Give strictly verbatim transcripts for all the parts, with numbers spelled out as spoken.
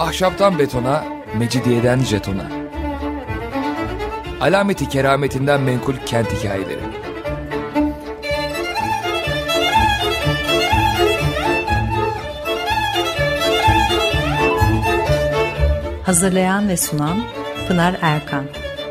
Ahşaptan betona, mecidiyeden jetona. Alameti kerametinden menkul kent hikayeleri. Hazırlayan ve sunan Pınar Erkan.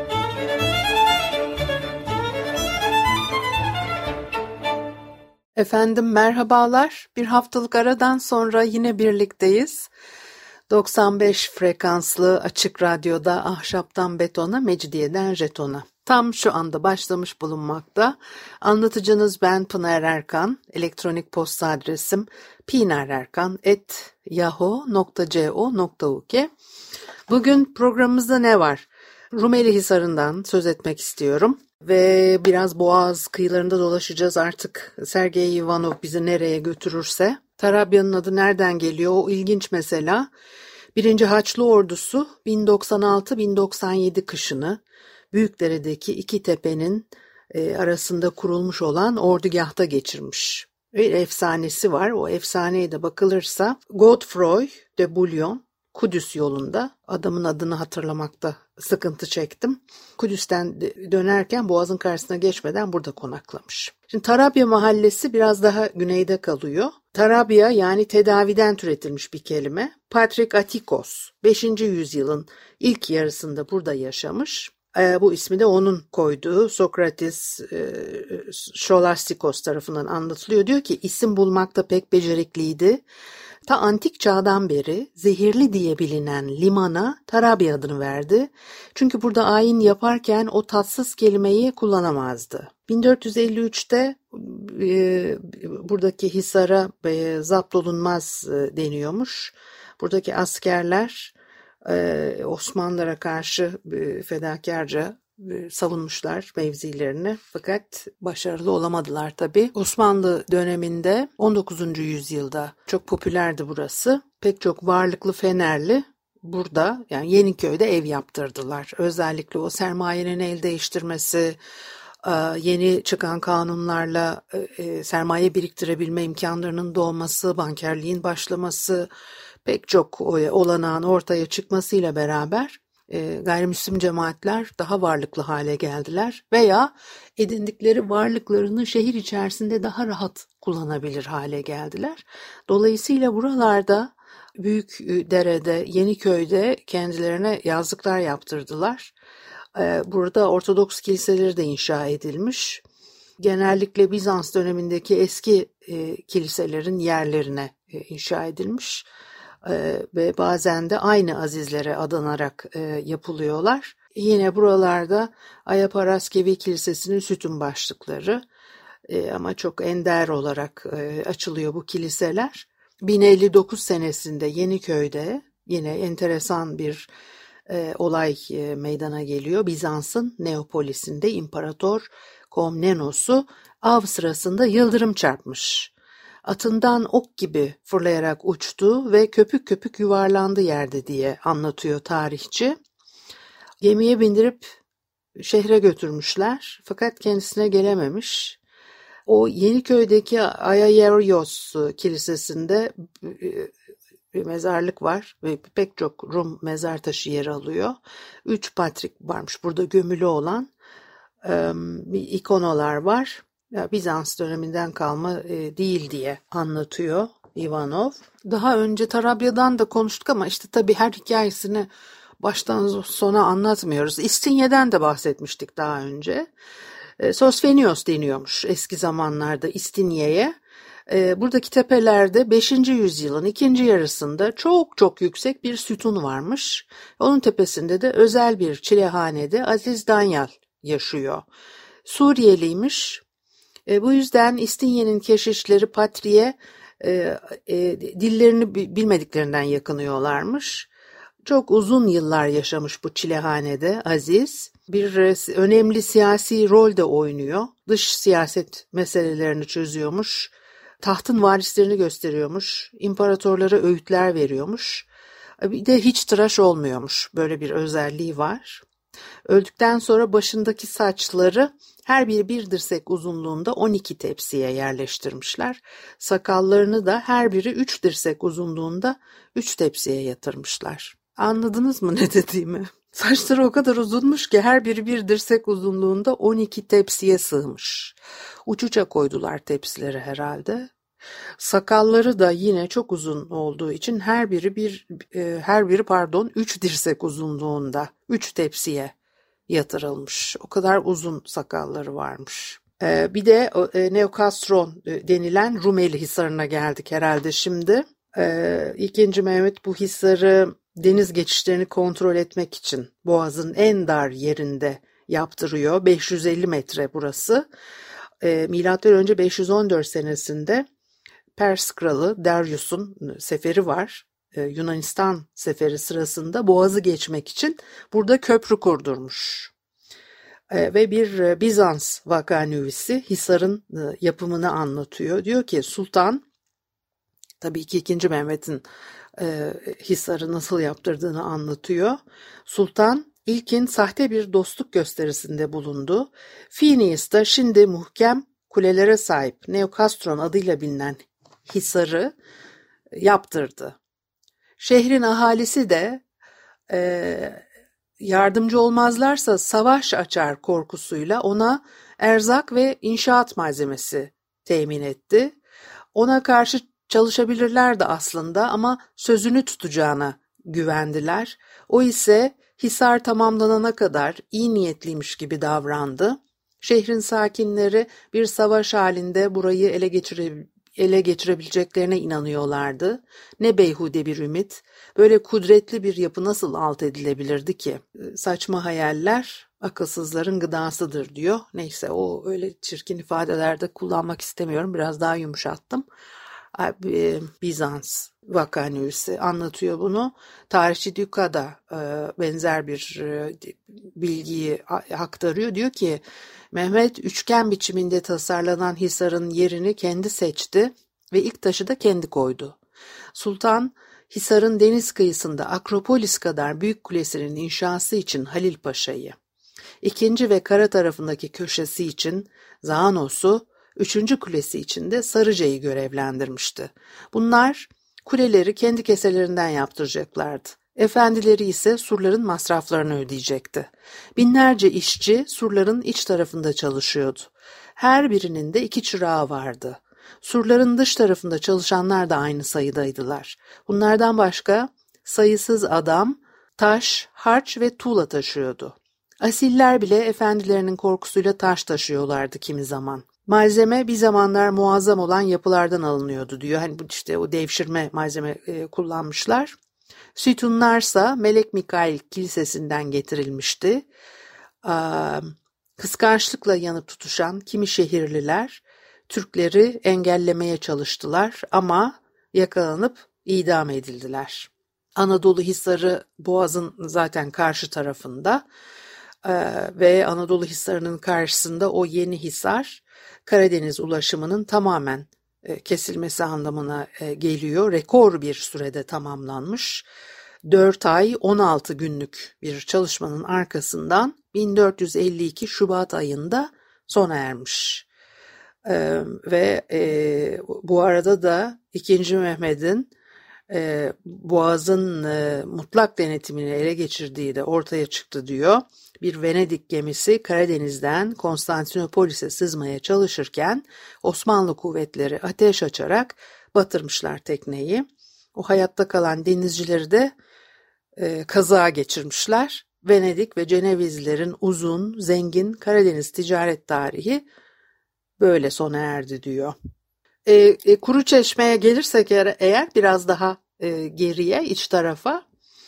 Efendim merhabalar. Bir haftalık aradan sonra yine birlikteyiz. doksan beş frekanslı açık radyoda ahşaptan betona, mecidiyeden jetona. Tam şu anda başlamış bulunmakta. Anlatıcınız ben Pınar Erkan. Elektronik posta adresim pinarerkan at yahoo nokta co nokta uk. Bugün programımızda ne var? Rumeli Hisarı'ndan söz etmek istiyorum. Ve biraz Boğaz kıyılarında dolaşacağız artık. Sergey Ivanov bizi nereye götürürse. Tarabya'nın adı nereden geliyor? O ilginç mesela. Birinci Haçlı Ordusu bin doksan altı bin doksan yedi kışını Büyükdere'deki iki tepenin e, arasında kurulmuş olan ordugahta geçirmiş. Bir efsanesi var. O efsaneye de bakılırsa Godefroy de Bouillon Kudüs yolunda, adamın adını hatırlamakta sıkıntı çektim. Kudüs'ten dönerken Boğaz'ın karşısına geçmeden burada konaklamış. Şimdi Tarabya mahallesi biraz daha güneyde kalıyor. Tarabya yani tedaviden türetilmiş bir kelime. Patrik Atikos beşinci yüzyılın ilk yarısında burada yaşamış. E, bu ismi de onun koyduğu Sokrates, e, Scholastikos tarafından anlatılıyor. Diyor ki isim bulmakta pek becerikliydi. Ta antik çağdan beri zehirli diye bilinen limana Tarabya adını verdi. Çünkü burada ayin yaparken o tatsız kelimeyi kullanamazdı. bin dört yüz elli üçte e, buradaki Hisar'a e, zapt olunmaz e, deniyormuş. Buradaki askerler e, Osmanlılara karşı e, fedakarca savunmuşlar mevzilerini fakat başarılı olamadılar tabii. Osmanlı döneminde on dokuzuncu yüzyılda çok popülerdi burası. Pek çok varlıklı Fenerli burada yani Yeniköy'de ev yaptırdılar. Özellikle o sermayenin el değiştirmesi, yeni çıkan kanunlarla sermaye biriktirebilme imkanlarının doğması, bankerliğin başlaması, pek çok olanağın ortaya çıkmasıyla beraber E, gayrimüslim cemaatler daha varlıklı hale geldiler veya edindikleri varlıklarını şehir içerisinde daha rahat kullanabilir hale geldiler. Dolayısıyla buralarda Büyükdere'de, Yeniköy'de kendilerine yazlıklar yaptırdılar. E, burada Ortodoks kiliseleri de inşa edilmiş. Genellikle Bizans dönemindeki eski e, kiliselerin yerlerine e, inşa edilmiş. Ee, ve bazen de aynı azizlere adanarak e, yapılıyorlar. Yine buralarda Ayaparaskevi Kilisesi'nin sütun başlıkları e, ama çok ender olarak e, açılıyor bu kiliseler. bin elli dokuz senesinde Yeniköy'de yine enteresan bir e, olay e, meydana geliyor. Bizans'ın Neapolis'inde İmparator Komnenos'u av sırasında yıldırım çarpmış. Atından ok gibi fırlayarak uçtu ve köpük köpük yuvarlandı yerde diye anlatıyor tarihçi. Gemiye bindirip şehre götürmüşler fakat kendisine gelememiş. O Yeniköy'deki Ayayarios Kilisesi'nde bir mezarlık var ve pek çok Rum mezar taşı yer alıyor. Üç patrik varmış burada gömülü olan, bir ikonalar var. Ya Bizans döneminden kalma e, değil diye anlatıyor Ivanov. Daha önce Tarabya'dan da konuştuk ama işte tabii her hikayesini baştan sona anlatmıyoruz. İstinye'den de bahsetmiştik daha önce. E, Sosfenios deniyormuş eski zamanlarda İstinye'ye. E, buradaki tepelerde beşinci yüzyılın ikinci yarısında çok çok yüksek bir sütun varmış. Onun tepesinde de özel bir çilehanede Aziz Danyal yaşıyor. Suriyeliymiş. E, bu yüzden İstinye'nin keşişleri Patri'ye e, e, dillerini bilmediklerinden yakınıyorlarmış. Çok uzun yıllar yaşamış bu çilehanede Aziz. Bir e, önemli siyasi rol de oynuyor. Dış siyaset meselelerini çözüyormuş. Tahtın varislerini gösteriyormuş. İmparatorlara öğütler veriyormuş. Bir de hiç tıraş olmuyormuş. Böyle bir özelliği var. Öldükten sonra başındaki saçları Her biri bir dirsek uzunluğunda on iki tepsiye yerleştirmişler. Sakallarını da her biri üç dirsek uzunluğunda üç tepsiye yatırmışlar. Anladınız mı ne dediğimi? Saçları o kadar uzunmuş ki her biri bir dirsek uzunluğunda on iki tepsiye sığmış. Uç uça koydular tepsileri herhalde. Sakalları da yine çok uzun olduğu için her biri bir e, her biri pardon üç dirsek uzunluğunda üç tepsiye yatırılmış. O kadar uzun sakalları varmış. E, bir de e, Neokastron denilen Rumeli Hisarı'na geldik herhalde şimdi. E, İkinci Mehmet bu hisarı deniz geçişlerini kontrol etmek için Boğaz'ın en dar yerinde yaptırıyor. beş yüz elli metre burası. E, Milattan önce beş yüz on dört senesinde Pers kralı Darius'un seferi var. Ee, Yunanistan seferi sırasında Boğaz'ı geçmek için burada köprü kurdurmuş. Ee, ve bir e, Bizans vakanüvisi Hisar'ın e, yapımını anlatıyor. Diyor ki Sultan, tabii ki ikinci Mehmet'in e, Hisar'ı nasıl yaptırdığını anlatıyor. Sultan ilkin sahte bir dostluk gösterisinde bulundu. Phineas da şimdi muhkem kulelere sahip Neokastron adıyla bilinen Hisar'ı yaptırdı. Şehrin ahalisi de e, yardımcı olmazlarsa savaş açar korkusuyla ona erzak ve inşaat malzemesi temin etti. Ona karşı çalışabilirlerdi aslında ama sözünü tutacağına güvendiler. O ise Hisar tamamlanana kadar iyi niyetliymiş gibi davrandı. Şehrin sakinleri bir savaş halinde burayı ele geçirebilirlerdi. ele geçirebileceklerine inanıyorlardı. Ne beyhude bir ümit. Böyle kudretli bir yapı nasıl alt edilebilirdi ki? Saçma hayaller akılsızların gıdasıdır diyor. Neyse o öyle çirkin ifadelerde kullanmak istemiyorum. Biraz daha yumuşattım. Bizans vakanüvisi anlatıyor bunu. Tarihçi Duka da benzer bir bilgiyi aktarıyor. Diyor ki Mehmet üçgen biçiminde tasarlanan Hisar'ın yerini kendi seçti ve ilk taşı da kendi koydu. Sultan Hisar'ın deniz kıyısında Akropolis kadar büyük kulesinin inşası için Halil Paşa'yı, ikinci ve kara tarafındaki köşesi için Zaanos'u, üçüncü kulesi için de Sarıca'yı görevlendirmişti. Bunlar kuleleri kendi keselerinden yaptıracaklardı. Efendileri ise surların masraflarını ödeyecekti. Binlerce işçi surların iç tarafında çalışıyordu. Her birinin de iki çırağı vardı. Surların dış tarafında çalışanlar da aynı sayıdaydılar. Bunlardan başka sayısız adam taş, harç ve tuğla taşıyordu. Asiller bile efendilerinin korkusuyla taş taşıyorlardı kimi zaman. Malzeme bir zamanlar muazzam olan yapılardan alınıyordu diyor. Hani bu işte o devşirme malzeme e, kullanmışlar. Sütunlarsa Melek Mikail Kilisesi'nden getirilmişti. Aa, kıskançlıkla yanıp tutuşan kimi şehirliler Türkleri engellemeye çalıştılar ama yakalanıp idam edildiler. Anadolu Hisarı Boğaz'ın zaten karşı tarafında ee, ve Anadolu Hisarı'nın karşısında o yeni Hisar Karadeniz ulaşımının tamamen e, kesilmesi anlamına e, geliyor. Rekor bir sürede tamamlanmış. dört ay on altı günlük bir çalışmanın arkasından bin dört yüz elli iki Şubat ayında sona ermiş. Ee, ve e, bu arada da ikinci Mehmet'in e, Boğaz'ın e, mutlak denetimini ele geçirdiği de ortaya çıktı diyor. Bir Venedik gemisi Karadeniz'den Konstantinopolis'e sızmaya çalışırken Osmanlı kuvvetleri ateş açarak batırmışlar tekneyi. O hayatta kalan denizcileri de e, kaza geçirmişler. Venedik ve Cenevizlilerin uzun, zengin Karadeniz ticaret tarihi böyle sona erdi diyor. E, e, Kuruçeşme'ye gelirsek eğer, eğer biraz daha e, geriye, iç tarafa,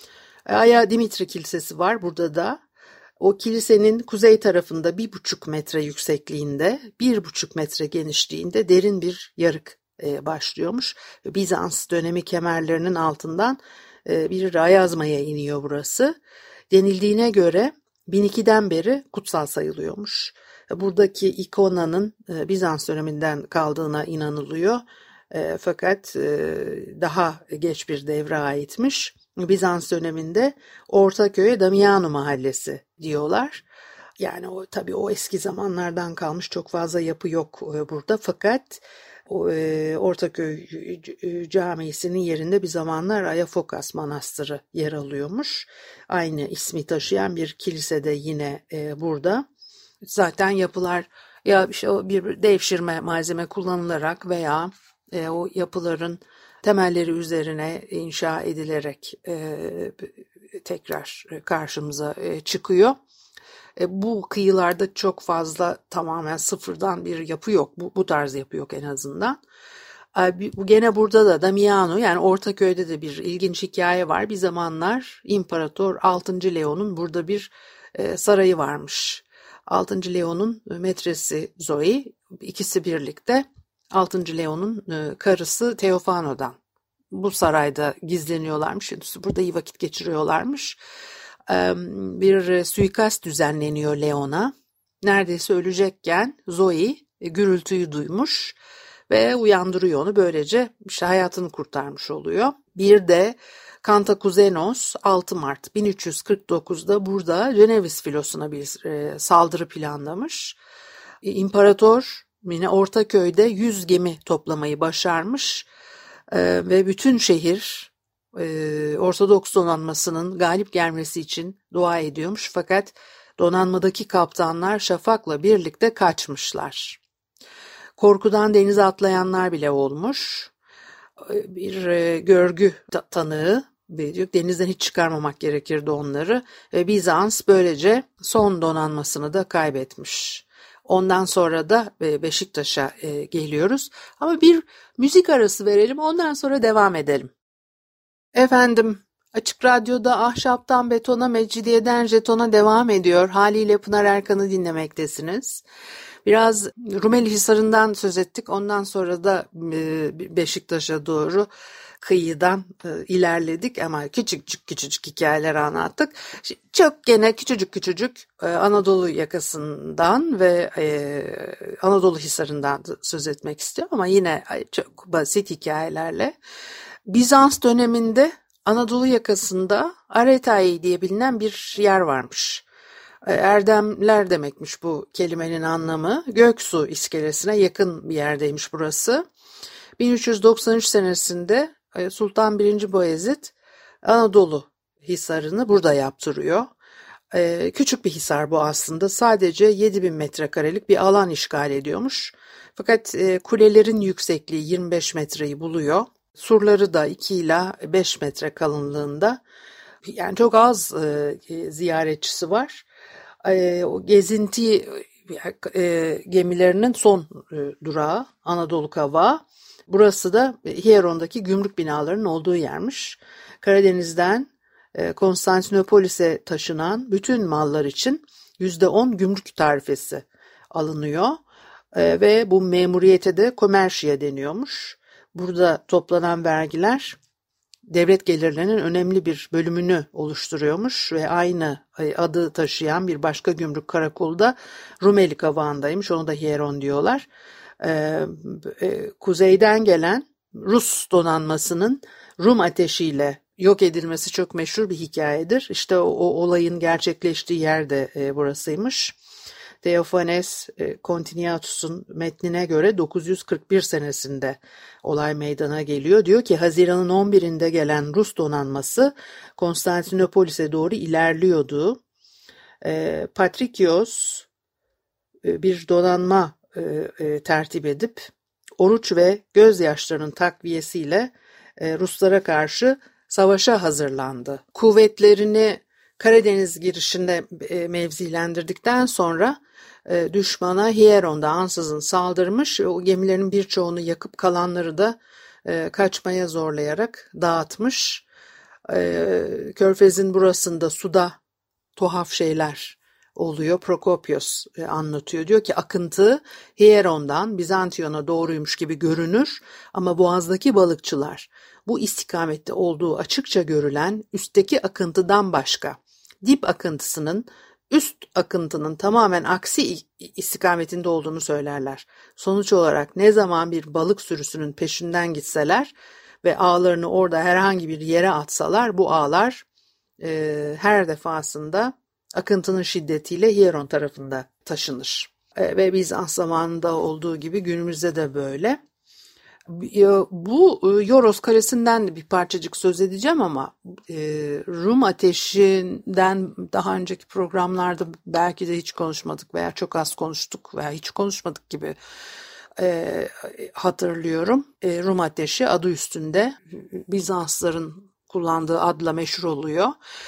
Aya Dimitri Kilisesi var burada da. O kilisenin kuzey tarafında bir buçuk metre yüksekliğinde, bir buçuk metre genişliğinde derin bir yarık e, başlıyormuş. Bizans dönemi kemerlerinin altından e, bir rayazmaya iniyor burası. Denildiğine göre bin ikiden beri kutsal sayılıyormuş. Buradaki ikonanın e, Bizans döneminden kaldığına inanılıyor. E, fakat e, daha geç bir devre aitmiş. Bizans döneminde Ortaköy'e Damiano Mahallesi diyorlar. Yani o tabii o eski zamanlardan kalmış çok fazla yapı yok e, burada, fakat o, e, Ortaköy Camisi'nin yerinde bir zamanlar Ayafokas Manastırı yer alıyormuş. Aynı ismi taşıyan bir kilise de yine e, burada. Zaten yapılar ya işte o bir devşirme malzeme kullanılarak veya e, o yapıların temelleri üzerine inşa edilerek e, tekrar karşımıza e, çıkıyor. E, bu kıyılarda çok fazla tamamen sıfırdan bir yapı yok. Bu, bu tarz yapı yok en azından. E, bu gene burada da Damiano, yani Ortaköy'de de bir ilginç hikaye var. Bir zamanlar İmparator altıncı. Leon'un burada bir e, sarayı varmış. altıncı. Leon'un metresi Zoe, ikisi birlikte altıncı. Leon'un e, karısı Teofano'dan bu sarayda gizleniyorlarmış. Burada iyi vakit geçiriyorlarmış. Bir suikast düzenleniyor Leon'a. Neredeyse ölecekken Zoe gürültüyü duymuş ve uyandırıyor onu. Böylece işte hayatını kurtarmış oluyor. Bir de Kantakuzenos altı Mart bin üç yüz kırk dokuzda burada Ceneviz filosuna bir saldırı planlamış. İmparator yine Ortaköy'de yüz gemi toplamayı başarmış ve bütün şehir Ortodoks donanmasının galip gelmesi için dua ediyormuş, fakat donanmadaki kaptanlar Şafak'la birlikte kaçmışlar. Korkudan denize atlayanlar bile olmuş. Bir görgü tanığı diyor, denizden hiç çıkarmamak gerekirdi onları. Ve Bizans böylece son donanmasını da kaybetmiş. Ondan sonra da Beşiktaş'a geliyoruz. Ama bir müzik arası verelim, ondan sonra devam edelim. Efendim, Açık Radyo'da Ahşaptan Betona, Mecidiyeden Jeton'a devam ediyor. Haliyle Pınar Erkan'ı dinlemektesiniz. Biraz Rumeli Hisarı'ndan söz ettik. Ondan sonra da Beşiktaş'a doğru kıyıdan ilerledik ama küçücük küçücük hikayeler anlattık. Çok gene küçücük küçücük Anadolu yakasından ve Anadolu Hisarı'ndan söz etmek istiyorum ama yine çok basit hikayelerle. Bizans döneminde Anadolu yakasında Aretai diye bilinen bir yer varmış. Erdemler demekmiş bu kelimenin anlamı. Göksu iskelesine yakın bir yerdeymiş burası. bin üç yüz doksan üç senesinde Sultan birinci. Bayezid Anadolu Hisarı'nı burada yaptırıyor. Küçük bir hisar bu aslında. Sadece yedi bin metrekarelik bir alan işgal ediyormuş. Fakat kulelerin yüksekliği yirmi beş metreyi buluyor. Surları da iki ila beş metre kalınlığında. Yani çok az e, ziyaretçisi var. E, o gezinti e, gemilerinin son e, durağı Anadolu Kavağı. Burası da Hieron'daki gümrük binalarının olduğu yermiş. Karadeniz'den e, Konstantinopolis'e taşınan bütün mallar için yüzde on gümrük tarifesi alınıyor. E, ve bu memuriyete de komerşiye deniyormuş. Burada toplanan vergiler devlet gelirlerinin önemli bir bölümünü oluşturuyormuş ve aynı adı taşıyan bir başka gümrük karakolu da Rumeli Kavağı'ndaymış. Onu da Hieron diyorlar. Ee, e, kuzeyden gelen Rus donanmasının Rum ateşiyle yok edilmesi çok meşhur bir hikayedir. İşte o, o olayın gerçekleştiği yer de e, burasıymış. Theophanes Continiatus'un metnine göre dokuz yüz kırk bir senesinde olay meydana geliyor. Diyor ki Haziran'ın on birinde gelen Rus donanması Konstantinopolis'e doğru ilerliyordu. E, Patrikios e, bir donanma e, e, tertip edip oruç ve gözyaşlarının takviyesiyle e, Ruslara karşı savaşa hazırlandı. Kuvvetlerini Karadeniz girişinde e, mevzilendirdikten sonra e, düşmana Hieron'da ansızın saldırmış ve o gemilerin birçoğunu yakıp kalanları da e, kaçmaya zorlayarak dağıtmış. E, Körfez'in burasında suda tuhaf şeyler oluyor. Prokopios e, anlatıyor. Diyor ki akıntı Hieron'dan Bizantiyon'a doğruymuş gibi görünür ama boğazdaki balıkçılar bu istikamette olduğu açıkça görülen üstteki akıntıdan başka dip akıntısının üst akıntının tamamen aksi istikametinde olduğunu söylerler. Sonuç olarak ne zaman bir balık sürüsünün peşinden gitseler ve ağlarını orada herhangi bir yere atsalar bu ağlar e, her defasında akıntının şiddetiyle Hieron tarafında taşınır. E, ve Bizans zamanında olduğu gibi günümüzde de böyle. Bu Yoros Kalesi'nden bir parçacık söz edeceğim ama Rum ateşinden daha önceki programlarda belki de hiç konuşmadık veya çok az konuştuk veya hiç konuşmadık gibi hatırlıyorum. Rum ateşi adı üstünde Bizansların kullandığı adla meşhur oluyor.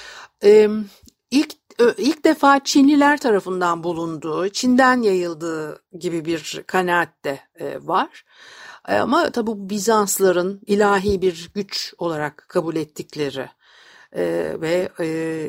İlk ilk defa Çinliler tarafından bulunduğu, Çin'den yayıldığı gibi bir kanaat de var. Ama tabi bu Bizansların ilahi bir güç olarak kabul ettikleri e, ve e,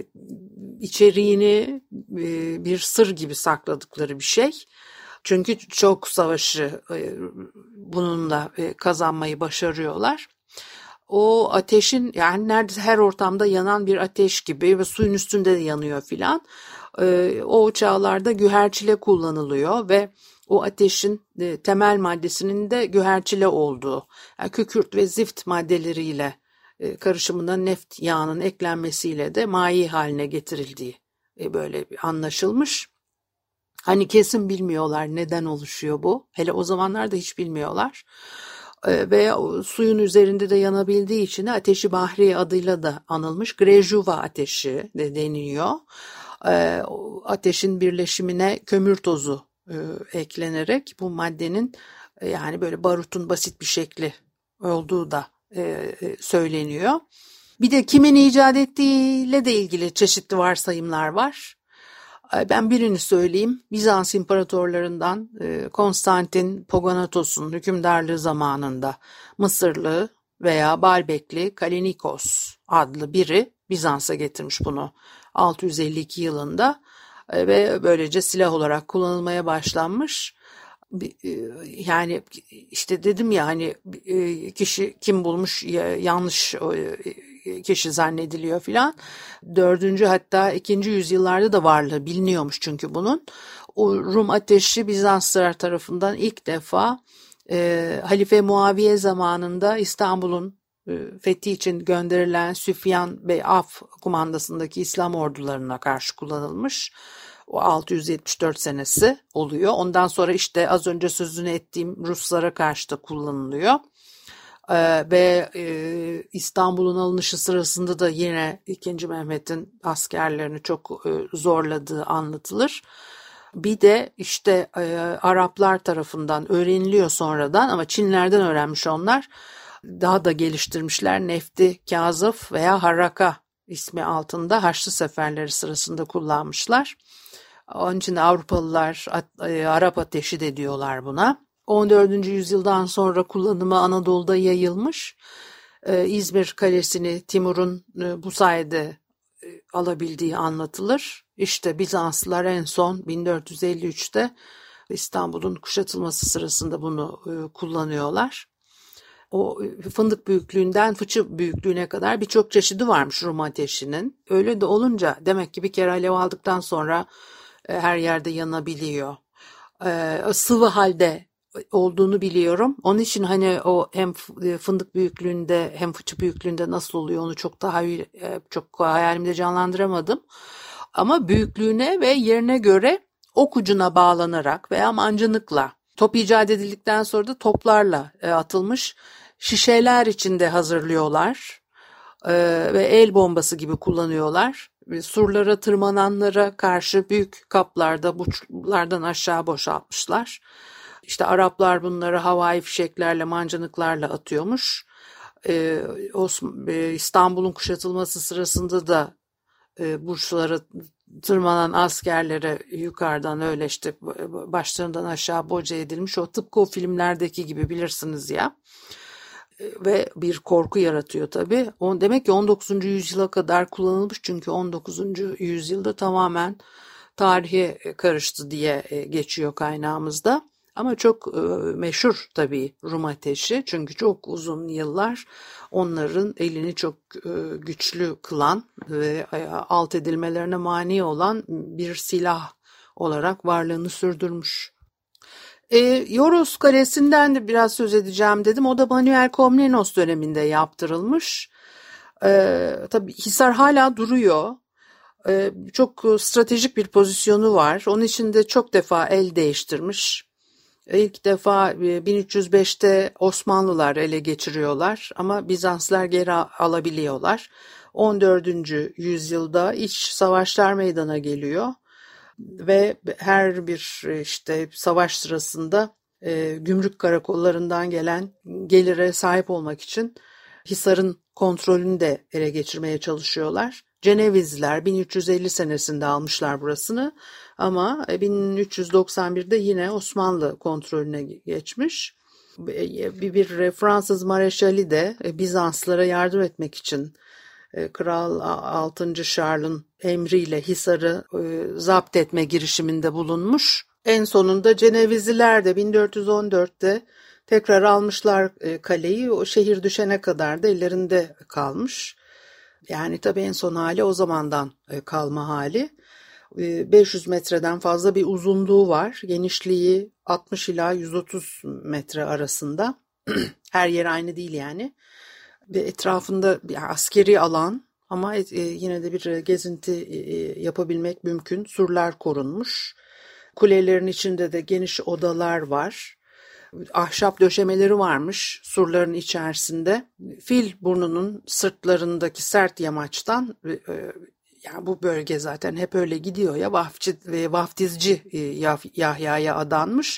içeriğini e, bir sır gibi sakladıkları bir şey. Çünkü çok savaşı e, bununla e, kazanmayı başarıyorlar. O ateşin, yani neredeyse her ortamda yanan bir ateş gibi ve suyun üstünde de yanıyor filan. E, o çağlarda güherçile kullanılıyor ve o ateşin e, temel maddesinin de güherçile olduğu, yani kükürt ve zift maddeleriyle e, karışımına neft yağının eklenmesiyle de mai haline getirildiği e, böyle anlaşılmış. Hani kesin bilmiyorlar neden oluşuyor bu. Hele o zamanlarda hiç bilmiyorlar. E, ve suyun üzerinde de yanabildiği için de ateşi bahri adıyla da anılmış. Grejuva ateşi de deniliyor. E, ateşin birleşimine kömür tozu e, eklenerek bu maddenin e, yani böyle barutun basit bir şekli olduğu da e, söyleniyor. Bir de kimin icat ettiğiyle de ilgili çeşitli varsayımlar var. E, ben birini söyleyeyim. Bizans imparatorlarından e, Konstantin Pogonatos'un hükümdarlığı zamanında Mısırlı veya Balbekli Kalinikos adlı biri Bizans'a getirmiş bunu altı yüz elli iki yılında. Ve böylece silah olarak kullanılmaya başlanmış. Yani işte dedim ya hani kişi kim bulmuş yanlış kişi zannediliyor filan. Dördüncü hatta ikinci yüzyıllarda da varlığı biliniyormuş çünkü bunun. O Rum ateşi Bizanslılar tarafından ilk defa e, Halife Muaviye zamanında İstanbul'un fethi için gönderilen Süfyan Bey Af kumandasındaki İslam ordularına karşı kullanılmış. O altı yüz yetmiş dört senesi oluyor. Ondan sonra işte az önce sözünü ettiğim Ruslara karşı da kullanılıyor. Ee, ve e, İstanbul'un alınışı sırasında da yine ikinci. Mehmet'in askerlerini çok e, zorladığı anlatılır. Bir de işte e, Araplar tarafından öğreniliyor sonradan ama Çinlerden öğrenmiş onlar. Daha da geliştirmişler. Nefti Kazıf veya Harraka ismi altında Haçlı seferleri sırasında kullanmışlar. Onun için Avrupalılar Arap ateşi de diyorlar buna. on dördüncü yüzyıldan sonra kullanımı Anadolu'da yayılmış. İzmir Kalesi'ni Timur'un bu sayede alabildiği anlatılır. İşte Bizanslılar en son bin dört yüz elli üçte İstanbul'un kuşatılması sırasında bunu kullanıyorlar. O fındık büyüklüğünden fıçı büyüklüğüne kadar birçok çeşidi varmış Rum ateşinin. Öyle de olunca demek ki bir kere alev aldıktan sonra e, her yerde yanabiliyor. E, sıvı halde olduğunu biliyorum. Onun için hani o hem fındık büyüklüğünde hem fıçı büyüklüğünde nasıl oluyor onu çok daha e, çok hayalimde canlandıramadım. Ama büyüklüğüne ve yerine göre ok ucuna bağlanarak veya mancınıkla, top icat edildikten sonra da toplarla e, atılmış şişeler içinde hazırlıyorlar e, ve el bombası gibi kullanıyorlar. E, surlara tırmananlara karşı büyük kaplarda burçlardan aşağı boşaltmışlar. İşte Araplar bunları havai fişeklerle, mancınıklarla atıyormuş. E, Osman, e, İstanbul'un kuşatılması sırasında da e, burçlara tırmanan askerlere yukarıdan öyle işte başlarından aşağı boca edilmiş. O tıpkı o filmlerdeki gibi bilirsiniz ya. Ve bir korku yaratıyor tabii. O, demek ki on dokuzuncu yüzyıla kadar kullanılmış çünkü on dokuzuncu yüzyılda tamamen tarihe karıştı diye geçiyor kaynağımızda. Ama çok e, meşhur tabii Rum ateşi çünkü çok uzun yıllar onların elini çok e, güçlü kılan ve e, alt edilmelerine mani olan bir silah olarak varlığını sürdürmüş. E, Yoros Kalesi'nden de biraz söz edeceğim dedim. O da Manuel Komnenos döneminde yaptırılmış. E, tabii Hisar hala duruyor. çok stratejik bir pozisyonu var. Onun için de çok defa el değiştirmiş. İlk defa bin üç yüz beşte Osmanlılar ele geçiriyorlar ama Bizanslar geri alabiliyorlar. on dördüncü yüzyılda iç savaşlar meydana geliyor ve her bir işte savaş sırasında e, gümrük karakollarından gelen gelire sahip olmak için Hisar'ın kontrolünü de ele geçirmeye çalışıyorlar. Cenevizliler bin üç yüz elli senesinde almışlar burasını ama bin üç yüz doksan birde yine Osmanlı kontrolüne geçmiş. Bir, bir Fransız mareşali de Bizanslara yardım etmek için Kral altıncı Charles'ın emriyle Hisar'ı zapt etme girişiminde bulunmuş. En sonunda Cenevizliler de bin dört yüz on dörtte tekrar almışlar kaleyi. O şehir düşene kadar da ellerinde kalmış. Yani tabii en son hali o zamandan kalma hali. beş yüz metreden fazla bir uzunluğu var. Genişliği altmış ila yüz otuz metre arasında. Her yer aynı değil yani. Ve etrafında bir askeri alan ama yine de bir gezinti yapabilmek mümkün. Surlar korunmuş. Kulelerin içinde de geniş odalar var. Ahşap döşemeleri varmış surların içerisinde. Fil burnunun sırtlarındaki sert yamaçtan, yani bu bölge zaten hep öyle gidiyor ya, vaftiz, vaftizci Yahya'ya adanmış.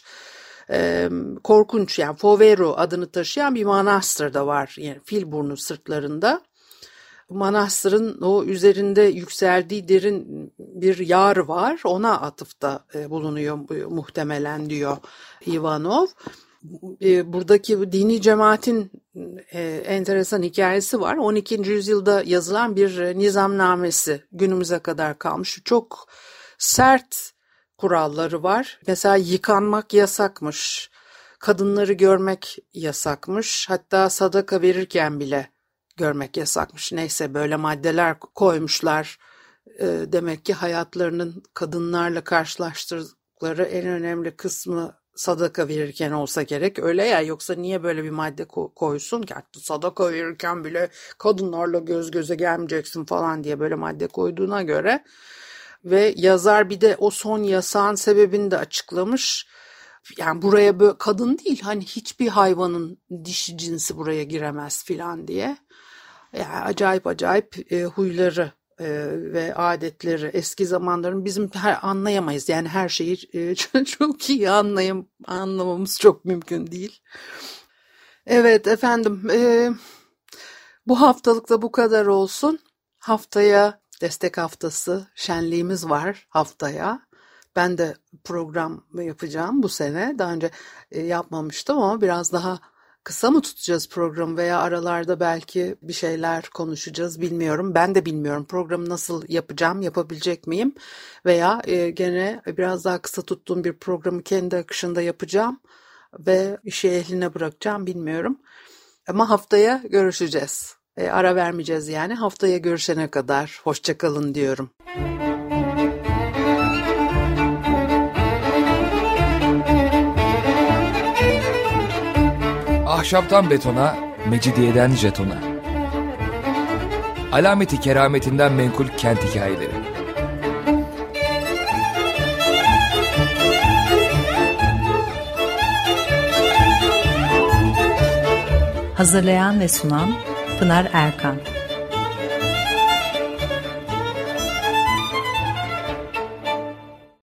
Korkunç, yani Fovero adını taşıyan bir manastır da var yani Filburnu sırtlarında. Manastırın o üzerinde yükseldiği derin bir yar var, ona atıfta bulunuyor muhtemelen diyor Ivanov. Buradaki dini cemaatin enteresan hikayesi var. on ikinci yüzyılda yazılan bir nizamnamesi günümüze kadar kalmış. Çok sert kuralları var. Mesela yıkanmak yasakmış, kadınları görmek yasakmış, hatta sadaka verirken bile görmek yasakmış. Neyse, böyle maddeler koymuşlar. E, demek ki hayatlarının kadınlarla karşılaştırdıkları en önemli kısmı sadaka verirken olsa gerek. Öyle ya, yoksa niye böyle bir madde ko- koysun ki? Sadaka verirken bile kadınlarla göz göze gelmeyeceksin falan diye böyle madde koyduğuna göre. Ve yazar bir de o son yasağın sebebini de açıklamış. Yani buraya böyle kadın değil, hani hiçbir hayvanın dişi cinsi buraya giremez filan diye. Yani acayip acayip e, huyları e, ve adetleri eski zamanların bizim her, anlayamayız. Yani her şeyi e, çok iyi anlayam, anlamamız çok mümkün değil. Evet efendim, e, bu haftalıkta bu kadar olsun. Haftaya destek haftası şenliğimiz var haftaya. Ben de program yapacağım bu sene. Daha önce e, yapmamıştım ama biraz daha kısa mı tutacağız programı veya aralarda belki bir şeyler konuşacağız, bilmiyorum. Ben de bilmiyorum programı nasıl yapacağım, yapabilecek miyim? Veya e, gene biraz daha kısa tuttuğum bir programı kendi akışında yapacağım ve işi ehline bırakacağım, bilmiyorum. Ama haftaya görüşeceğiz. E, ara vermeyeceğiz yani. Haftaya görüşene kadar hoşça kalın diyorum. Ahşaptan betona, mecidiyeden jetona. Alameti kerametinden menkul kent hikayeleri. Hazırlayan ve sunan Pınar Erkan.